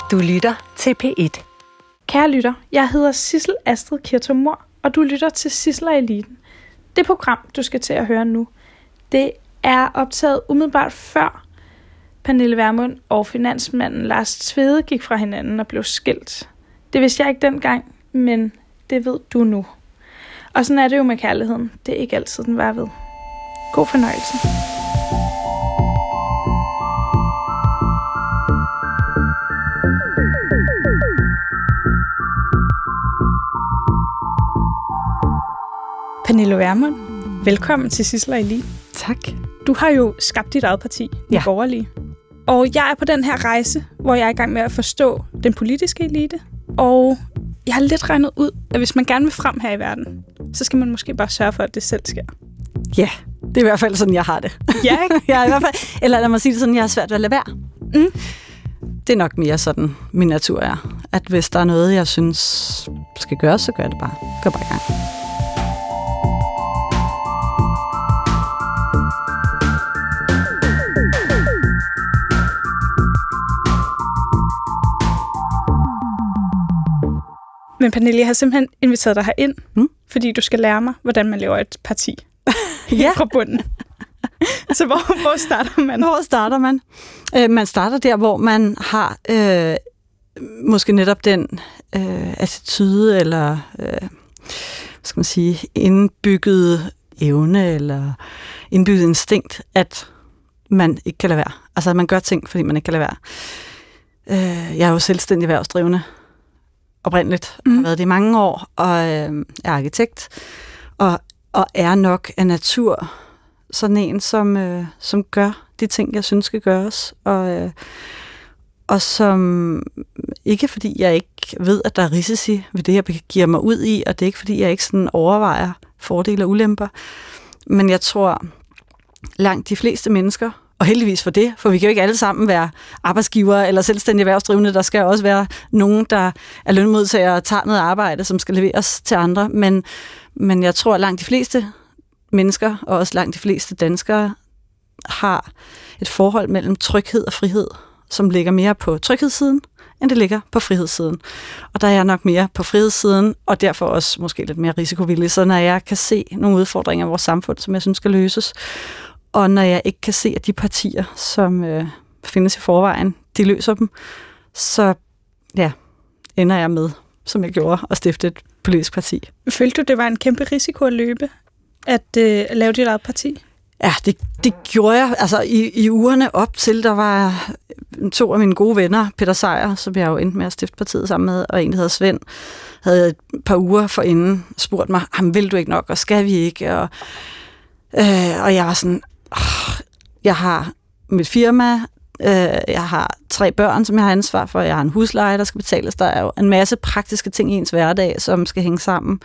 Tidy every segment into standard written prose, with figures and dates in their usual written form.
Du lytter til P1. Kære lytter, jeg hedder Sissel Astrid Kirtum Mor, og du lytter til Sissel og Eliten. Det program, du skal til at høre nu, det er optaget umiddelbart før Pernille Vermund og finansmanden Lars Tvede gik fra hinanden og blev skilt. Det vidste jeg ikke dengang, men det ved du nu. Og sådan er det jo med kærligheden. Det er ikke altid den var ved. God fornøjelse. Pernille Vermund, velkommen til Sissel og Eliten. Tak. Du har jo skabt dit eget parti, De Borgerlige. Og jeg er på den her rejse, hvor jeg er i gang med at forstå den politiske elite. Og jeg har lidt regnet ud, at hvis man gerne vil frem her i verden, så skal man måske bare sørge for, at det selv sker. Ja, det er i hvert fald sådan, jeg har det. Ja, ikke? Jeg er i hvert fald, eller lad mig sige det sådan, jeg har svært ved at lade være. Mm. Det er nok mere sådan, min natur er. At hvis der er noget, jeg synes skal gøres, så gør det bare. Gør bare i gang. Men Pernille, jeg har simpelthen inviteret dig herind, fordi du skal lære mig, hvordan man laver et parti fra bunden. Så hvor starter man? Hvor starter man? Man starter der, hvor man har måske netop den attitude eller skal man sige, indbygget evne eller indbygget instinkt, at man ikke kan lade være. Altså, at man gør ting, fordi man ikke kan lade være. Jeg er jo selvstændig erhvervsdrivende oprindeligt, har været det i mange år, og er arkitekt, og er nok af natur sådan en, som gør de ting, jeg synes skal gøres, og som ikke fordi jeg ikke ved, at der er risici ved det, jeg giver mig ud i, og det er ikke fordi, jeg ikke sådan overvejer fordele og ulemper, men jeg tror, langt de fleste mennesker, og heldigvis for det, for vi kan jo ikke alle sammen være arbejdsgivere eller selvstændige erhvervsdrivende. Der skal også være nogen, der er lønmodtagere og tager noget arbejde, som skal leveres til andre. Men jeg tror, at langt de fleste mennesker, og også langt de fleste danskere, har et forhold mellem tryghed og frihed, som ligger mere på tryghedssiden, end det ligger på frihedssiden. Og der er jeg nok mere på frihedssiden, og derfor også måske lidt mere risikovillig. Så når jeg kan se nogle udfordringer i vores samfund, som jeg synes skal løses, og når jeg ikke kan se, at de partier, som findes i forvejen, de løser dem, så ender jeg med, som jeg gjorde, at stifte et politisk parti. Følte du, det var en kæmpe risiko at løbe, at lave dit eget parti? Ja, det gjorde jeg. Altså i ugerne op til, der var 2 af mine gode venner, Peter Sejer, som jeg jo endte med at stifte partiet sammen med, og en, der hedder Svend, havde et par uger forinden spurgt mig, vil du ikke nok, og skal vi ikke? Og jeg var sådan, jeg har mit firma, jeg har 3 børn, som jeg har ansvar for, jeg har en husleje, der skal betales, der er jo en masse praktiske ting i ens hverdag, som skal hænge sammen.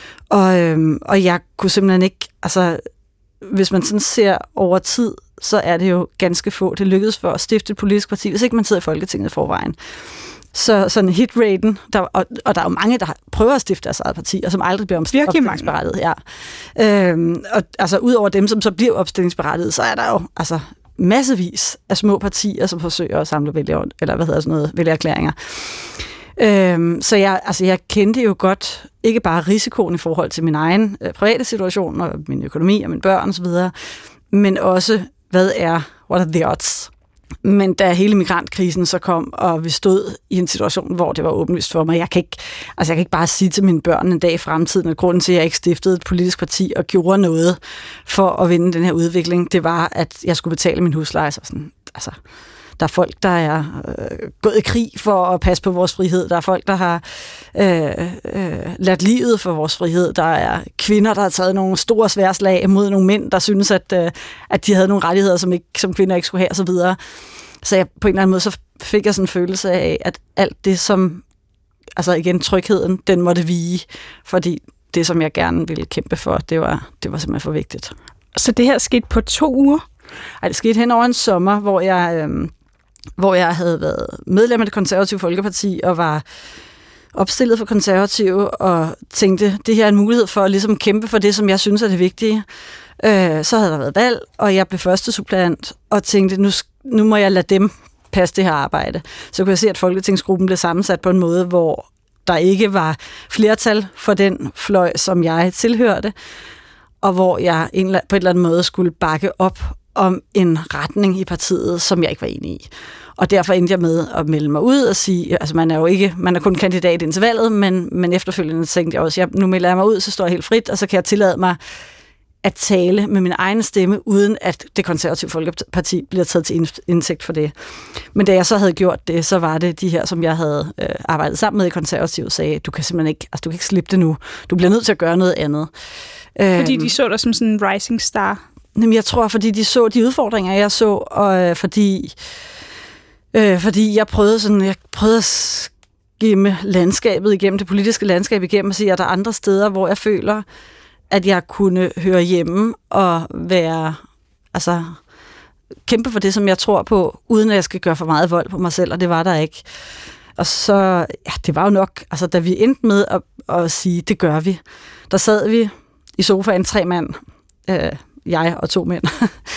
Og jeg kunne simpelthen ikke, altså hvis man sådan ser over tid, så er det jo ganske få. Det lykkedes for at stifte et politisk parti, hvis ikke man sidder i Folketinget i forvejen. Så sådan hitraten, og der er jo mange, der prøver at stifte deres eget parti, og som aldrig bliver opstillingsberettiget. Ja. Og altså ud over dem, som så bliver opstillingsberettiget, så er der jo altså massevis af små partier, som forsøger at samle vælgererklæringer. Så jeg kendte jo godt ikke bare risikoen i forhold til min egen private situation og min økonomi og mine børn osv., men også what are the odds? Men da hele migrantkrisen så kom, og vi stod i en situation, hvor det var åbenlyst for mig, jeg kan ikke bare sige til mine børn en dag i fremtiden, at grunden til, at jeg ikke stiftede et politisk parti og gjorde noget for at vinde den her udvikling, det var, at jeg skulle betale min husleje. Så sådan, altså, der er folk, der er gået i krig for at passe på vores frihed. Der er folk, der har ladt livet for vores frihed. Der er kvinder, der har taget nogle store sværslag mod nogle mænd, der synes, at de havde nogle rettigheder, som kvinder ikke skulle have, osv. Så jeg på en eller anden måde, så fik jeg sådan en følelse af, at alt det, som, altså igen, trygheden, den måtte vige, fordi det, som jeg gerne ville kæmpe for, det var simpelthen for vigtigt. Så det her skete på 2 uger? Ej, det skete hen over en sommer, hvor jeg havde været medlem af Det Konservative Folkeparti og var opstillet for Konservative og tænkte, det her er en mulighed for at ligesom kæmpe for det, som jeg synes er det vigtige. Så havde der været valg, og jeg blev første suppleant og tænkte, nu må jeg lade dem passe det her arbejde, så kunne jeg se, at Folketingsgruppen blev sammensat på en måde, hvor der ikke var flertal for den fløj, som jeg tilhørte, og hvor jeg på en eller anden måde skulle bakke op om en retning i partiet, som jeg ikke var enig i. Og derfor endte jeg med at melde mig ud og sige, altså man er kun kandidat indtil valget, men efterfølgende tænkte jeg også, nu melder jeg mig ud, så står jeg helt frit, og så kan jeg tillade mig at tale med min egen stemme, uden at det konservative Folkeparti bliver taget til indsigt for det. Men da jeg så havde gjort det, så var det de her, som jeg havde arbejdet sammen med i konservative, sagde, du kan simpelthen ikke, du kan ikke slippe det nu. Du bliver nødt til at gøre noget andet. Fordi de så dig som sådan en rising star? Jamen, jeg tror, fordi de så de udfordringer, jeg så, og fordi jeg prøvede at skimme landskabet igennem, det politiske landskab igennem, og sige, at der er andre steder, hvor jeg føler, at jeg kunne høre hjemme og være, altså kæmpe for det, som jeg tror på, uden at jeg skal gøre for meget vold på mig selv, og det var der ikke. Og så, ja, det var jo nok, altså da vi endte med at sige, det gør vi, der sad vi i sofaen 3 mand, jeg og 2 mænd.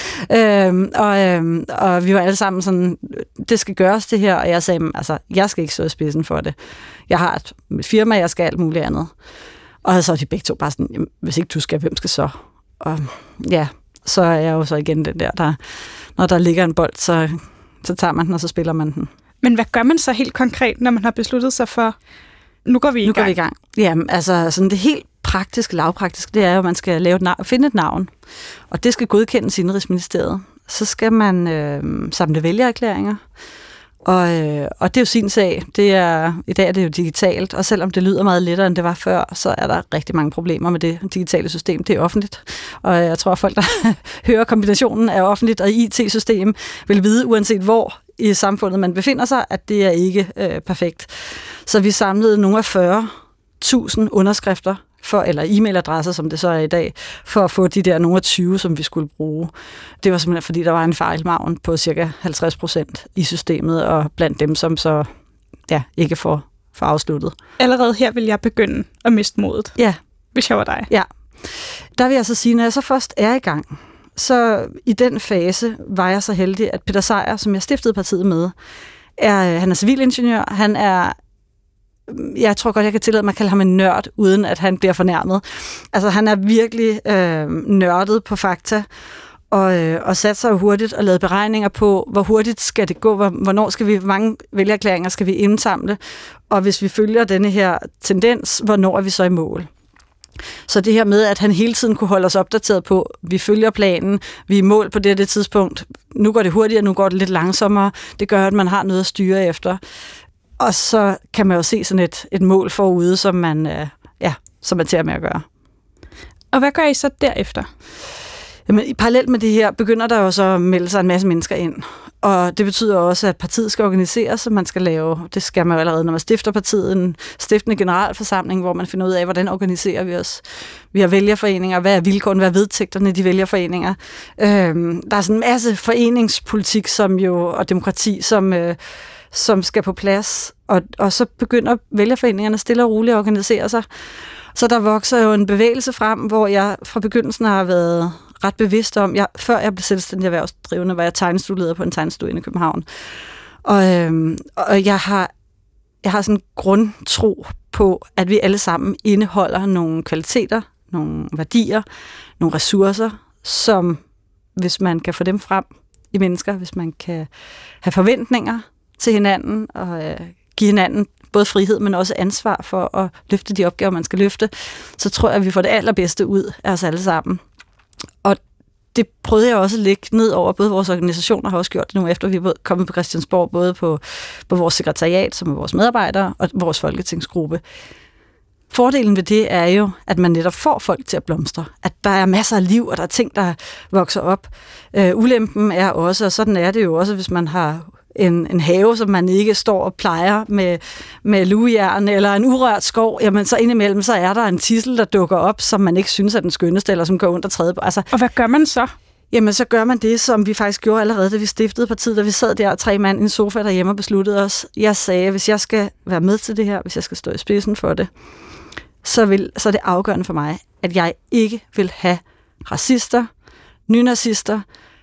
Og vi var alle sammen sådan, det skal gøres det her, og jeg sagde, altså, jeg skal ikke stå i spidsen for det. Jeg har et firma, jeg skal alt muligt andet. Og så er de begge to bare sådan, hvis ikke du skal, hvem skal så? Og ja, så er jeg jo så igen den der når der ligger en bold, så tager man den, og så spiller man den. Men hvad gør man så helt konkret, når man har besluttet sig for, nu går vi i gang? Jamen, altså sådan det helt praktiske, lavpraktiske, det er jo, at man skal finde et navn, og det skal godkendes i Indenrigsministeriet. Så skal man samle vælgererklæringer, og det er jo sin sag. I dag er det jo digitalt, og selvom det lyder meget lettere, end det var før, så er der rigtig mange problemer med det digitale system. Det er offentligt, og jeg tror, at folk, der hører kombinationen af offentligt og IT-system, vil vide, uanset hvor i samfundet man befinder sig, at det er ikke perfekt. Så vi samlede nogle af 40.000 underskrifter, eller e-mailadresser, som det så er i dag, for at få de der nogle af 20, som vi skulle bruge. Det var simpelthen, fordi der var en fejlmargen på cirka 50% i systemet, og blandt dem, som så ikke får afsluttet. Allerede her vil jeg begynde at miste modet, hvis jeg var dig. Ja. Der vil jeg så sige, når jeg så først er i gang, så i den fase var jeg så heldig, at Peter Sejer, som jeg stiftede partiet med, han er civilingeniør, han er, jeg tror godt, jeg kan tillade mig at kalde ham en nørd, uden at han bliver fornærmet. Altså, han er virkelig nørdet på fakta, og satte sig hurtigt og lavede beregninger på, hvor hurtigt skal det gå, hvor mange vælgererklæringer skal vi indsamle, og hvis vi følger denne her tendens, hvornår er vi så i mål? Så det her med, at han hele tiden kunne holde os opdateret på, vi følger planen, vi er i mål på det tidspunkt, nu går det hurtigere, nu går det lidt langsommere, det gør, at man har noget at styre efter. Og så kan man jo se sådan et mål forude, som man tager med at gøre. Og hvad gør I så derefter? Jamen, i parallelt med det her begynder der jo så at melde sig en masse mennesker ind. Og det betyder også, at partiet skal organiseres, så man skal det skal man jo allerede, når man stifter partiet, en stiftende generalforsamling, hvor man finder ud af, hvordan organiserer vi os. Vi har vælgerforeninger, hvad er vilkårene, hvad er vedtægterne i de vælgerforeninger. Der er sådan en masse foreningspolitik og demokrati, som skal på plads, og så begynder vælgerforeningerne stille og roligt at organisere sig. Så der vokser jo en bevægelse frem, hvor jeg fra begyndelsen har været ret bevidst om, før jeg blev selvstændig erhvervsdrivende, var jeg tegnestueleder på en tegnestue inde i København. Og jeg har sådan en grundtro på, at vi alle sammen indeholder nogle kvaliteter, nogle værdier, nogle ressourcer, som hvis man kan få dem frem i mennesker, hvis man kan have forventninger til hinanden og give hinanden både frihed, men også ansvar for at løfte de opgaver, man skal løfte, så tror jeg, at vi får det allerbedste ud af os alle sammen. Og det prøvede jeg også at lægge ned over både vores organisationer, har også gjort det nu, efter vi er kommet på Christiansborg, både på vores sekretariat, som er vores medarbejdere, og vores folketingsgruppe. Fordelen ved det er jo, at man netop får folk til at blomstre. At der er masser af liv, og der er ting, der vokser op. Ulempen er også, og sådan er det jo også, hvis man har en have, som man ikke står og plejer med lugejern, eller en urørt skov, jamen så indimellem, så er der en tidsel, der dukker op, som man ikke synes er den skønneste, eller som går ondt og træde på. Altså, og hvad gør man så? Jamen, så gør man det, som vi faktisk gjorde allerede, da vi stiftede partiet, da vi sad der 3 mand i en sofa derhjemme og besluttede os. Jeg sagde, hvis jeg skal være med til det her, hvis jeg skal stå i spidsen for det, så er det afgørende for mig, at jeg ikke vil have racister, nynazister,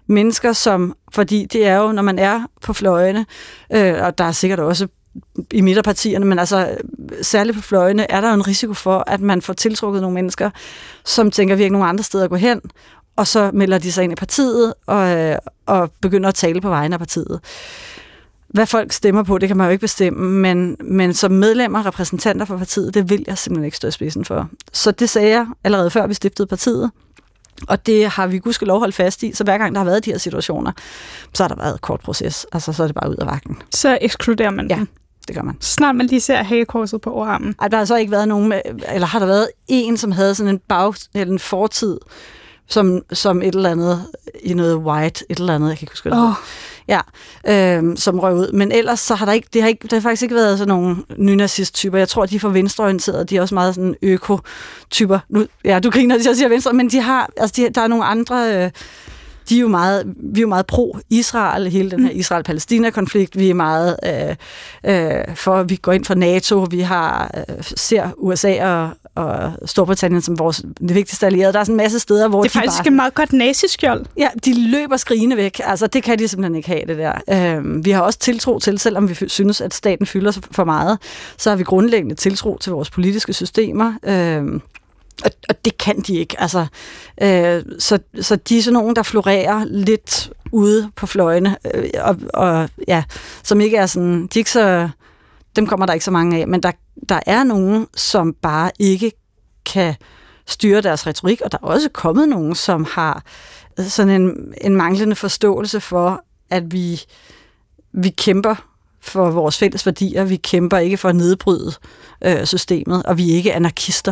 mennesker, som, fordi det er jo, når man er på fløjene, og der er sikkert også i midterpartierne, men altså særligt på fløjene, er der jo en risiko for, at man får tiltrukket nogle mennesker, som tænker, vi har ikke nogen andre steder at gå hen, og så melder de sig ind i partiet, og begynder at tale på vegne af partiet. Hvad folk stemmer på, det kan man jo ikke bestemme, men som medlemmer og repræsentanter for partiet, det vil jeg simpelthen ikke stå i spidsen for. Så det sagde jeg allerede før vi stiftede partiet, og det har vi gudskelov holdt fast i, så hver gang der har været de her situationer, så har der været et kort proces, altså så er det bare ud af vagten. Så ekskluderer man dem? Ja, det gør man. Snart man lige ser hagekorset på overarmen? Ej, der har så ikke været nogen, eller har der været en, som havde sådan en fortid, som et eller andet, i noget white, et eller andet, jeg kan ikke huske det. Ja, som røg ud. Men ellers så har der har faktisk ikke været sådan nogle nynazist-typer. Jeg tror, de er for venstreorienterede. De er også meget sådan øko-typer. Nu, ja, du griner, hvis jeg siger venstre, men der er nogle andre. Vi er jo meget pro-Israel, hele den her Israel-Palæstina-konflikt. Vi er meget vi går ind for NATO. Vi ser USA og Storbritannien som det vigtigste allierede. Der er sådan en masse steder, hvor det er faktisk et meget godt naziskjold. Ja, de løber skrigende væk. Altså, det kan de simpelthen ikke have, det der. Vi har også tiltro til, selvom vi synes, at staten fylder for meget, så har vi grundlæggende tiltro til vores politiske systemer. Og det kan de ikke. Altså, så de er sådan nogen, der florerer lidt ude på fløjene, og som ikke er sådan, de er ikke så, dem kommer der ikke så mange af, men der er nogen, som bare ikke kan styre deres retorik, og der er også kommet nogen, som har sådan en manglende forståelse for, at vi kæmper for vores fælles værdier, vi kæmper ikke for at nedbryde systemet, og vi er ikke anarkister.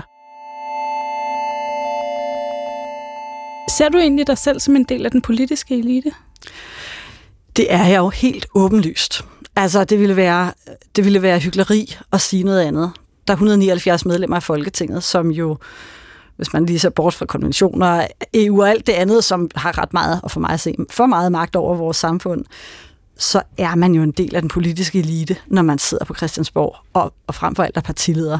Ser du egentlig dig selv som en del af den politiske elite? Det er jeg jo helt åbenlyst. Altså, det ville være hykleri at sige noget andet. Der er 179 medlemmer af Folketinget, som jo, hvis man lige ser bort fra konventioner, EU og alt det andet, som har ret meget, og for mig at se, for meget magt over vores samfund, så er man jo en del af den politiske elite, når man sidder på Christiansborg, og frem for alt er partileder.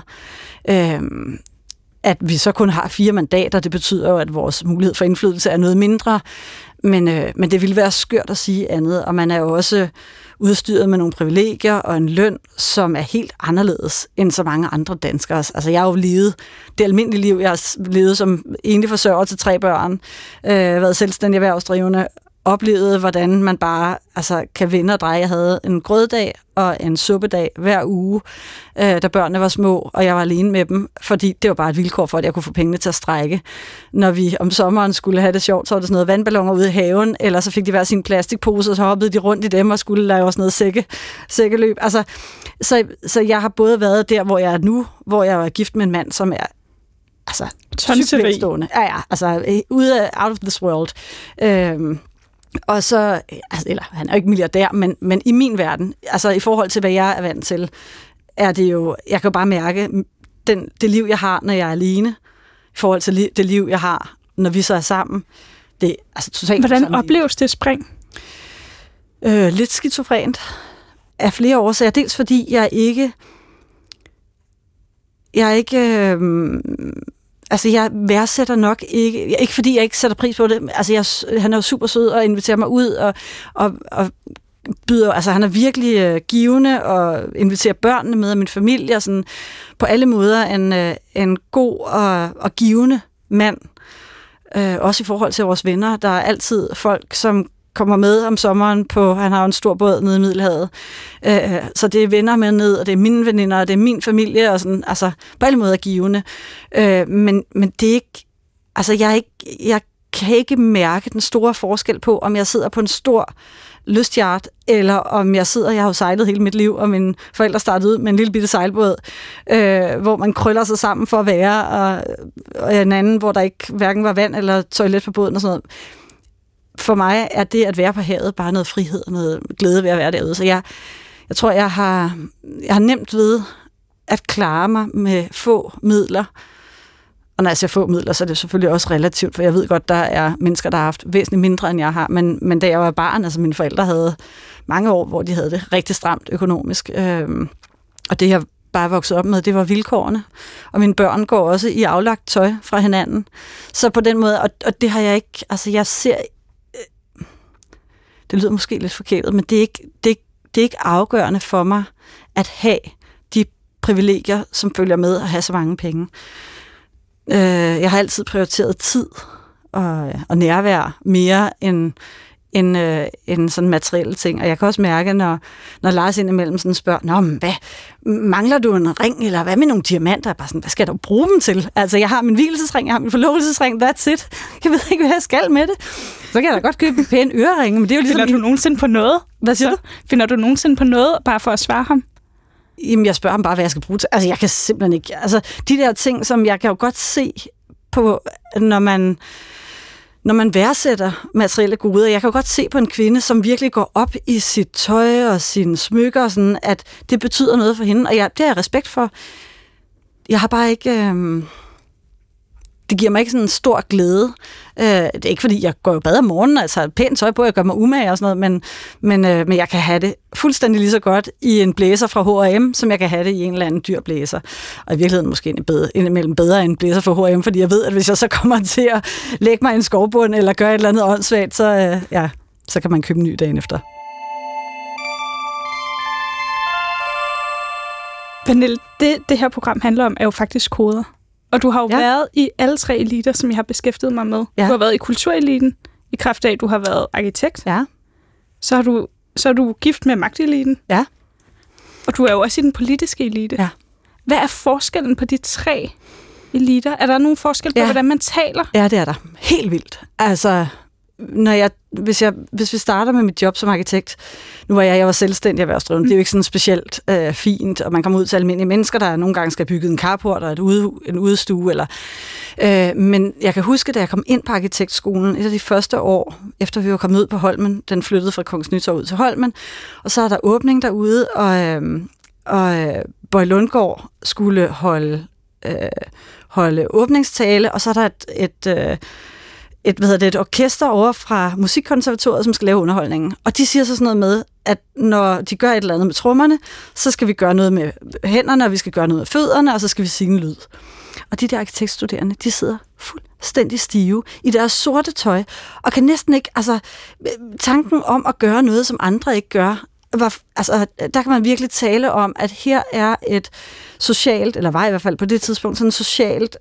At vi så kun har 4 mandater, det betyder jo, at vores mulighed for indflydelse er noget mindre, men det ville være skørt at sige andet, og man er jo også udstyret med nogle privilegier og en løn, som er helt anderledes end så mange andre danskere. Altså, jeg har jo levet det almindelige liv, jeg har levet som enlig forsørger til 3 børn, været selvstændig erhvervsdrivende, oplevede, hvordan man bare kan vende og dreje. Jeg havde en grøddag og en suppedag hver uge, da børnene var små, og jeg var alene med dem, fordi det var bare et vilkår for, at jeg kunne få pengene til at strække. Når vi om sommeren skulle have det sjovt, så var det sådan noget vandballoner ude i haven, eller så fik de hver sin plastikpose, og så hoppede de rundt i dem og skulle lave også noget sækkeløb. Altså, så jeg har både været der, hvor jeg er nu, hvor jeg er gift med en mand, som er sygt velstående. Ja, ude af out of this world. Og så, eller han er jo ikke milliardær, men i min verden, altså i forhold til, hvad jeg er vant til, er det jo, jeg kan jo bare mærke, det liv, jeg har, når jeg er alene, i forhold til det liv, jeg har, når vi så er sammen, det er altså totalt. Hvordan opleves det spring? Lidt skizofrent af flere årsager. Dels fordi jeg ikke jeg værdsætter nok ikke fordi jeg ikke sætter pris på det. Altså, han er jo super sød og inviterer mig ud og byder, altså han er virkelig givende og inviterer børnene med og min familie og sådan på alle måder en god og givende mand. Også i forhold til vores venner. Der er altid folk, som kommer med om sommeren han har jo en stor båd nede i Middelhavet. Så det er venner med ned, og det er mine veninder, og det er min familie, og sådan, altså på alle måder givende. Men det er ikke, altså jeg kan ikke mærke den store forskel på, om jeg sidder på en stor lystyacht, eller om jeg har jo sejlet hele mit liv, og mine forældre startede ud med en lille bitte sejlbåd, hvor man krøller sig sammen for at være, og en anden, hvor der ikke hverken var vand eller toilet på båden og sådan noget. For mig er det at være på havet bare noget frihed og noget glæde ved at være derude. Så jeg tror, jeg har nemt ved at klare mig med få midler. Og når jeg siger få midler, så er det selvfølgelig også relativt, for jeg ved godt, der er mennesker, der har haft væsentligt mindre, end jeg har. Men da jeg var barn, altså mine forældre havde mange år, hvor de havde det rigtig stramt økonomisk. Og det, jeg bare vokset op med, det var vilkårene. Og mine børn går også i aflagt tøj fra hinanden. Så på den måde, og det har jeg ikke, altså jeg ser det lyder måske lidt forkert, men det er ikke afgørende for mig at have de privilegier, som følger med at have så mange penge. Jeg har altid prioriteret tid og nærvær mere end sådan materielle ting. Og jeg kan også mærke, når Lars indimellem sådan spørger, nå, men hvad, mangler du en ring, eller hvad med nogle diamanter? Jeg bare sådan, hvad skal du bruge dem til? Altså, jeg har min vielsesring, jeg har min forlovelsesring, that's it. Jeg ved ikke, hvad jeg skal med det. Så kan jeg da godt købe en pæn øreringe, men det er jo ligesom... Finder du nogensinde på noget? Hvad siger du? Finder du nogensinde på noget, bare for at svare ham? Jamen, jeg spørger ham bare, hvad jeg skal bruge til. Altså, jeg kan simpelthen ikke... Altså, de der ting, som jeg kan jo godt se på, når man værdsætter materielle goder. Jeg kan jo godt se på en kvinde, som virkelig går op i sit tøj og sine smykker, og sådan, at det betyder noget for hende, og det har jeg respekt for. Jeg har bare ikke... Det giver mig ikke sådan en stor glæde. Det er ikke, fordi jeg går jo bad om morgenen, altså pænt tøj på, jeg gør mig umage og sådan noget, men jeg kan have det fuldstændig lige så godt i en blæser fra H&M, som jeg kan have det i en eller anden dyr blæser. Og i virkeligheden måske indimellem bedre end en blæser fra H&M, fordi jeg ved, at hvis jeg så kommer til at lægge mig i en skovbund eller gøre et eller andet åndssvagt, så kan man købe en ny dagen efter. Pernille, det her program handler om, er jo faktisk koder. Og du har jo været i alle 3 eliter, som jeg har beskæftiget mig med. Ja. Du har været i kultureliten, i kraft af, at du har været arkitekt. Ja. Så er du gift med magteliten. Ja. Og du er jo også i den politiske elite. Ja. Hvad er forskellen på de 3 eliter? Er der nogen forskel på, hvordan man taler? Ja, det er der. Helt vildt. Altså, hvis vi starter med mit job som arkitekt, nu var jeg var selvstændig erhvervsdrivende, det er jo ikke sådan specielt fint, og man kommer ud til almindelige mennesker, der nogle gange skal bygge en carport og en udestue, men jeg kan huske, da jeg kom ind på arkitektskolen, et af de første år, efter vi var kommet ud på Holmen, den flyttede fra Kongens Nytorv ud til Holmen, og så er der åbning derude, og Bøje Lundgaard skulle holde åbningstale, og så er der et orkester over fra Musikkonservatoriet, som skal lave underholdningen. Og de siger så sådan noget med, at når de gør et eller andet med trommerne, så skal vi gøre noget med hænderne, og vi skal gøre noget med fødderne, og så skal vi sige en lyd. Og de der arkitektstuderende, de sidder fuldstændig stive i deres sorte tøj, og kan næsten ikke, altså tanken om at gøre noget, som andre ikke gør, der kan man virkelig tale om, at her er et socialt, eller var i hvert fald på det tidspunkt, sådan socialt...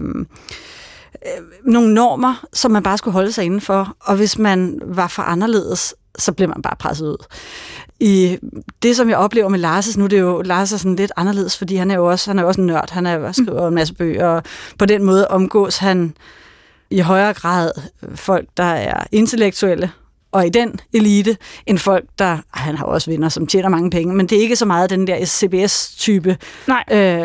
nogle normer, som man bare skulle holde sig indenfor, og hvis man var for anderledes, så blev man bare presset ud. I det, som jeg oplever med Lars, nu er det jo, Lars er sådan lidt anderledes, fordi han er jo også en nørd, han er skriver en masse bøger, og på den måde omgås han i højere grad folk, der er intellektuelle, og i den elite, end folk, han har også venner, som tjener mange penge, men det er ikke så meget den der CBS-type. Nej.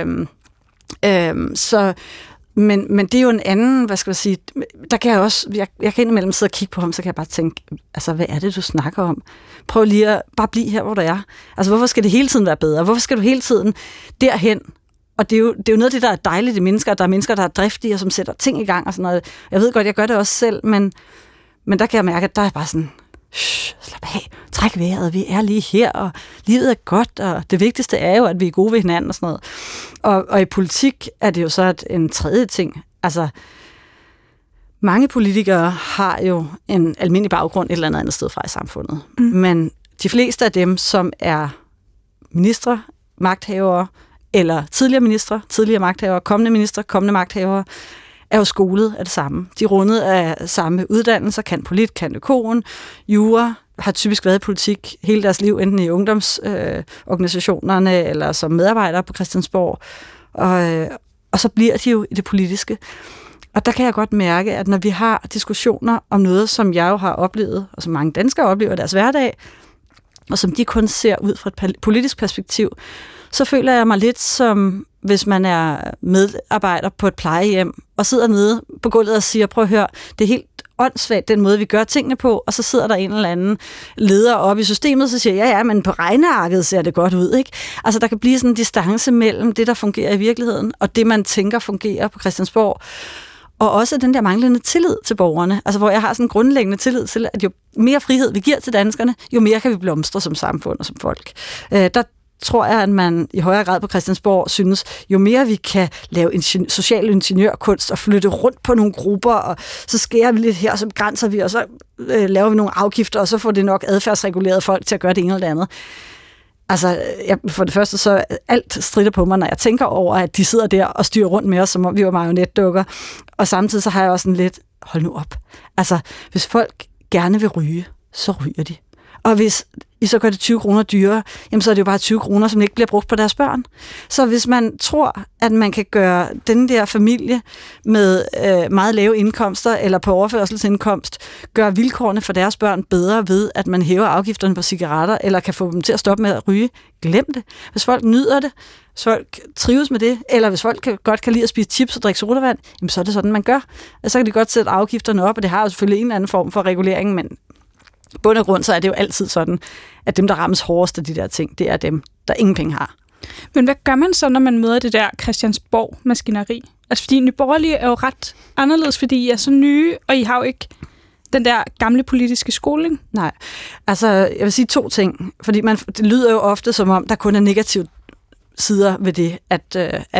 Men det er jo en anden, hvad skal jeg sige, der kan jeg også, jeg kan indimellem sidde og kigge på ham, så kan jeg bare tænke, altså hvad er det, du snakker om? Prøv lige at bare blive her, hvor du er. Altså hvorfor skal det hele tiden være bedre? Hvorfor skal du hele tiden derhen? Og det er jo noget af det, der er dejligt i mennesker. Der er mennesker, der er driftige og som sætter ting i gang og sådan noget. Jeg ved godt, jeg gør det også selv, men der kan jeg mærke, at der er bare sådan, slap af, træk vejret, vi er lige her, og livet er godt, og det vigtigste er jo, at vi er gode ved hinanden og sådan noget. Og i politik er det jo så en tredje ting. Altså, mange politikere har jo en almindelig baggrund et eller andet sted fra i samfundet. Men de fleste af dem, som er ministre, magthavere, eller tidligere ministre, tidligere magthavere, kommende ministre, kommende magthavere, er jo skolet af det samme. De er rundet af samme uddannelser, kan kan økonom, jura, har typisk været i politik hele deres liv, enten i ungdomsorganisationerne eller som medarbejdere på Christiansborg. Og så bliver de jo i det politiske. Og der kan jeg godt mærke, at når vi har diskussioner om noget, som jeg jo har oplevet, og som mange danskere oplever i deres hverdag, og som de kun ser ud fra et politisk perspektiv, så føler jeg mig lidt som, hvis man er medarbejder på et plejehjem, og sidder nede på gulvet og siger, prøv at høre, det er helt åndssvagt, den måde, vi gør tingene på, og så sidder der en eller anden leder oppe i systemet, så siger ja, men på regnearket ser det godt ud, ikke? Altså, der kan blive sådan en distance mellem det, der fungerer i virkeligheden, og det, man tænker fungerer på Christiansborg. Og også den der manglende tillid til borgerne, altså hvor jeg har sådan en grundlæggende tillid til, at jo mere frihed vi giver til danskerne, jo mere kan vi blomstre som samfund og som folk. tror jeg, at man i højere grad på Christiansborg synes, jo mere vi kan lave social ingeniørkunst og flytte rundt på nogle grupper, og så skærer vi lidt her, og så begrænser vi, og så laver vi nogle afgifter, og så får det nok adfærdsreguleret folk til at gøre det ene eller det andet. Altså, for det første, så alt strider på mig, når jeg tænker over, at de sidder der og styrer rundt med os, som om vi var marionetdukker. Og samtidig så har jeg også sådan lidt, hold nu op. Altså, hvis folk gerne vil ryge, så ryger de. Og hvis I så gør det 20 kroner dyrere, jamen så er det jo bare 20 kroner, som ikke bliver brugt på deres børn. Så hvis man tror, at man kan gøre den der familie med meget lave indkomster eller på overførselsindkomst, gøre vilkårene for deres børn bedre ved, at man hæver afgifterne på cigaretter, eller kan få dem til at stoppe med at ryge, glem det. Hvis folk nyder det, hvis folk trives med det, eller hvis folk godt kan lide at spise chips og drikke sodavand, jamen så er det sådan, man gør. Og så kan de godt sætte afgifterne op, og det har jo selvfølgelig en eller anden form for regulering, men bund og grund, så er det jo altid sådan, at dem, der rammes hårdest af de der ting, det er dem, der ingen penge har. Men hvad gør man så, når man møder det der Christiansborg-maskineri? Altså, fordi Nye Borgerlige er jo ret anderledes, fordi I er så nye, og I har jo ikke den der gamle politiske skoling. Nej, altså, jeg vil sige 2 ting. Fordi det lyder jo ofte som om, der kun er negative sider ved det, at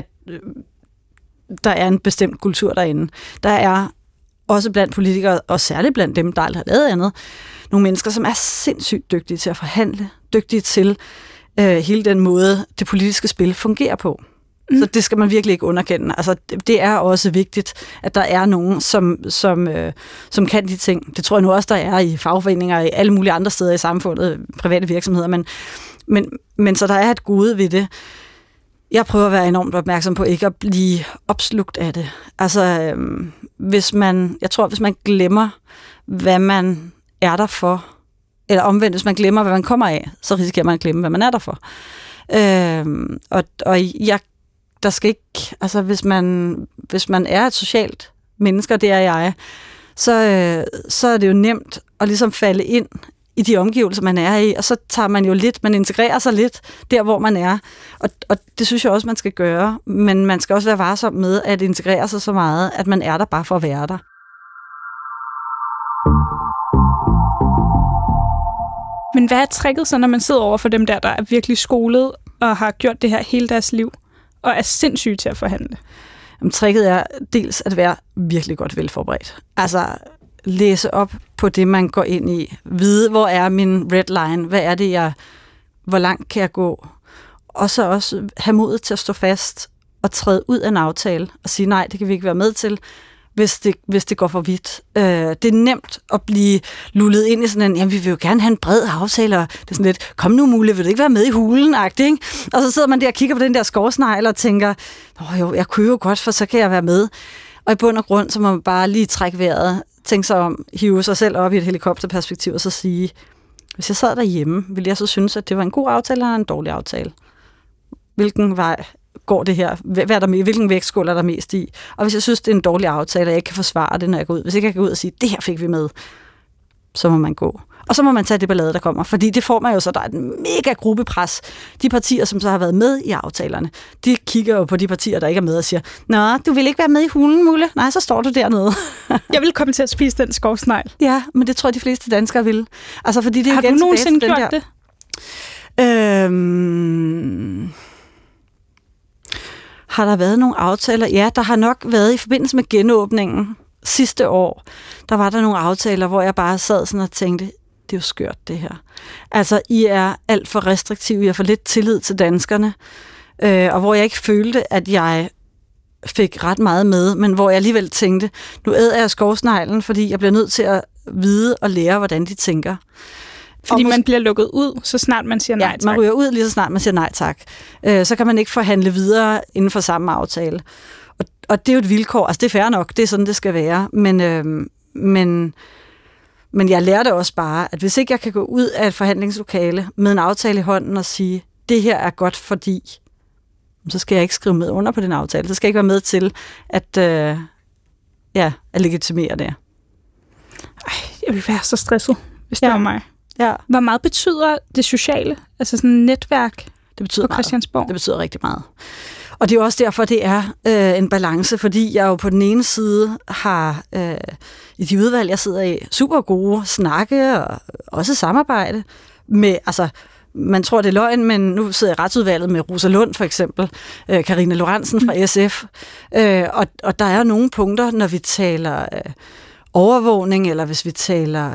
der er en bestemt kultur derinde. Der er også blandt politikere, og særligt blandt dem, der aldrig har lavet andet, nogle mennesker, som er sindssygt dygtige til at forhandle, dygtige til hele den måde, det politiske spil fungerer på. Så det skal man virkelig ikke underkende. Altså, det er også vigtigt, at der er nogen, som kan de ting. Det tror jeg nu også, der er i fagforeninger og i alle mulige andre steder i samfundet, private virksomheder, men så der er et gode ved det. Jeg prøver at være enormt opmærksom på ikke at blive opslugt af det. Altså, hvis man glemmer, hvad man er der for, eller omvendt, hvis man glemmer, hvad man kommer af, så risikerer man at glemme, hvad man er der for. Der skal ikke, altså hvis man er et socialt menneske, det er jeg, så er det jo nemt at ligesom falde ind i de omgivelser, man er i, og så tager man jo man integrerer sig lidt der, hvor man er. Og det synes jeg også, man skal gøre, men man skal også være varsom med at integrere sig så meget, at man er der bare for at være der. Men hvad er tricket så, når man sidder over for dem der er virkelig skolet og har gjort det her hele deres liv, og er sindssyge til at forhandle? Jamen, tricket er dels at være virkelig godt velforberedt. Altså læse op på det, man går ind i. Vide, hvor er min red line? Hvad er det, hvor langt kan jeg gå? Og så også have modet til at stå fast og træde ud af en aftale og sige, nej, det kan vi ikke være med til, hvis det går for vidt. Det er nemt at blive lullet ind i sådan en, jamen vi vil jo gerne have en bred aftale, og det er sådan lidt, kom nu muligt, vil du ikke være med i hulen-agtigt, ikke? Og så sidder man der og kigger på den der skovsnegl og tænker, jo, jeg kunne jo godt, for så kan jeg være med. Og i bund og grund, så må man bare lige trække vejret, tænke sig om, hive sig selv op i et helikopterperspektiv, og så sige, hvis jeg sad derhjemme, ville jeg så synes, at det var en god aftale eller en dårlig aftale? Hvilken vej går det her? Hvilken vægtskål er der mest i? Og hvis jeg synes, det er en dårlig aftale, og jeg ikke kan forsvare det, når jeg går ud, hvis ikke jeg kan gå ud og sige, det her fik vi med, så må man gå. Og så må man tage det ballade, der kommer, fordi det får man jo så, der er et mega gruppepres. De partier, som så har været med i aftalerne, de kigger jo på de partier, der ikke er med og siger, nå, du vil ikke være med i hulen, Mulle? Nej, så står du dernede. Jeg vil komme til at spise den skovsnegl. Ja, men det tror jeg, de fleste danskere vil. Altså, fordi det er har du nogensinde gjort det? Har der været nogle aftaler? Ja, der har nok været i forbindelse med genåbningen sidste år. Der var der nogle aftaler, hvor jeg bare sad sådan og tænkte, det er jo skørt det her. Altså, I er alt for restriktive, I har for lidt tillid til danskerne, og hvor jeg ikke følte, at jeg fik ret meget med, men hvor jeg alligevel tænkte, nu æder jeg skovsneglen, fordi jeg bliver nødt til at vide og lære, hvordan de tænker. Fordi man bliver lukket ud, så snart man siger nej tak. Ja, man ryger ud lige så snart man siger nej tak. Så kan man ikke forhandle videre inden for samme aftale. Og det er jo et vilkår, altså det er fair nok, det er sådan, det skal være. Men jeg lærte også bare, at hvis ikke jeg kan gå ud af et forhandlingslokale med en aftale i hånden og sige, det her er godt fordi, så skal jeg ikke skrive med under på den aftale. Så skal jeg ikke være med til at legitimere det. Jeg vil være så stresset, hvis det var mig. Ja. Hvor meget betyder det sociale, altså sådan et netværk det betyder på Christiansborg? Meget. Det betyder rigtig meget. Og det er også derfor, det er en balance, fordi jeg jo på den ene side har i de udvalg, jeg sidder i, super gode snakke og også samarbejde med, altså man tror, det er løgn, men nu sidder jeg i retsudvalget med Rosa Lund for eksempel, Karina Lorentzen fra SF, og der er nogle punkter, når vi taler overvågning, eller hvis vi taler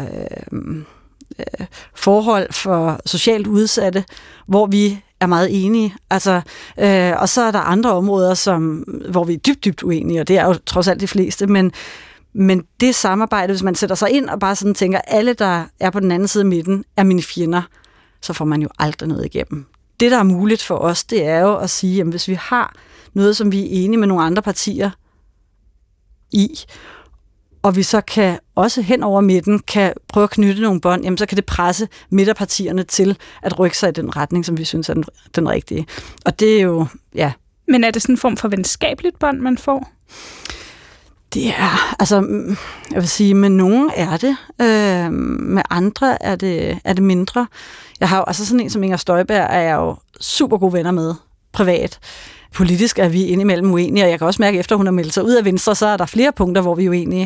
forhold for socialt udsatte, hvor vi er meget enige. Altså, og så er der andre områder, hvor vi er dybt uenige, og det er jo trods alt de fleste, men det samarbejde, hvis man sætter sig ind og bare sådan tænker, alle, der er på den anden side af midten, er mine fjender, så får man jo aldrig noget igennem. Det, der er muligt for os, det er jo at sige, jamen hvis vi har noget, som vi er enige med nogle andre partier i, og vi så kan også hen over midten kan prøve at knytte nogle bånd, jamen så kan det presse midterpartierne til at rykke sig i den retning, som vi synes er den rigtige. Og det er jo, ja. Men er det sådan en form for venskabeligt bånd, man får? Det er, altså, jeg vil sige, med nogen er det, med andre er det mindre. Jeg har jo, altså sådan en som Inger Støjberg er jeg jo super gode venner med, privat. Politisk er vi indimellem uenige, og jeg kan også mærke, efter hun har meldt sig ud af Venstre, så er der flere punkter, hvor vi er uenige.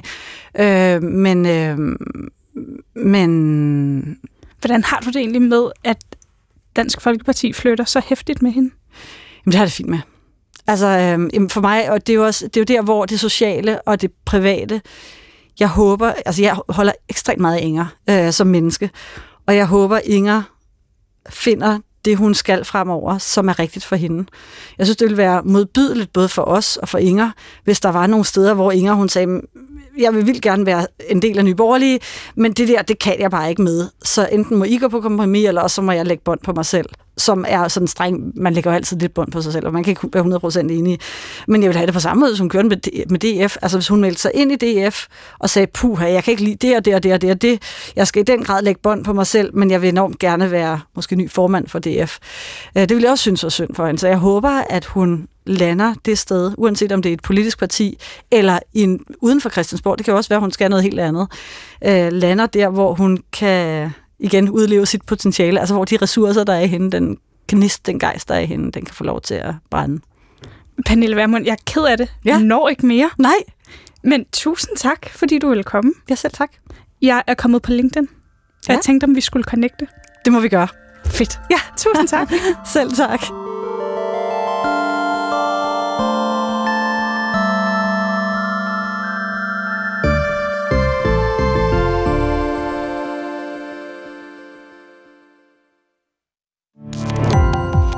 Men hvordan har du det egentlig med, at Dansk Folkeparti flytter så hæftigt med hende? Jamen, det har det fint med. Altså, for mig, og det er jo der, hvor det sociale og det private, jeg holder ekstremt meget af Inger som menneske, og jeg håber, Inger finder det, hun skal fremover, som er rigtigt for hende. Jeg synes, det ville være modbydeligt både for os og for Inger, hvis der var nogle steder, hvor Inger, hun sagde, jeg vil vildt gerne være en del af Nye Borgerlige, men det kan jeg bare ikke med. Så enten må I gå på kompromis, eller også så må jeg lægge bånd på mig selv, som er sådan streng, man lægger jo altid lidt bånd på sig selv, og man kan ikke være 100% enig. Men jeg vil have det på samme måde, som hun kørte med DF. Altså hvis hun meldte sig ind i DF og sagde, puha, jeg kan ikke lide det og det og det og det, jeg skal i den grad lægge bånd på mig selv, men jeg vil enormt gerne være måske ny formand for DF. Det vil jeg også synes var synd for hende, så jeg håber, at hun lander det sted, uanset om det er et politisk parti, eller uden for Christiansborg, det kan også være, at hun skal noget helt andet, lander der, hvor hun kan igen udleve sit potentiale, altså hvor de ressourcer, der er i hende, den gnist, den gejst, der er i hende, den kan få lov til at brænde. Pernille Vermund, jeg er ked af det. Ja. Jeg når ikke mere. Nej. Men tusind tak, fordi du ville komme. Ja, selv tak. Jeg er kommet på LinkedIn. Jeg tænkte, om vi skulle connecte. Det må vi gøre. Fedt. Ja, tusind tak. Selv tak.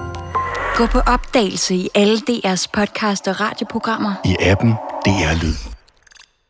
Gå på opdagelse i alle DR's podcast og radioprogrammer. I appen DR Lyd.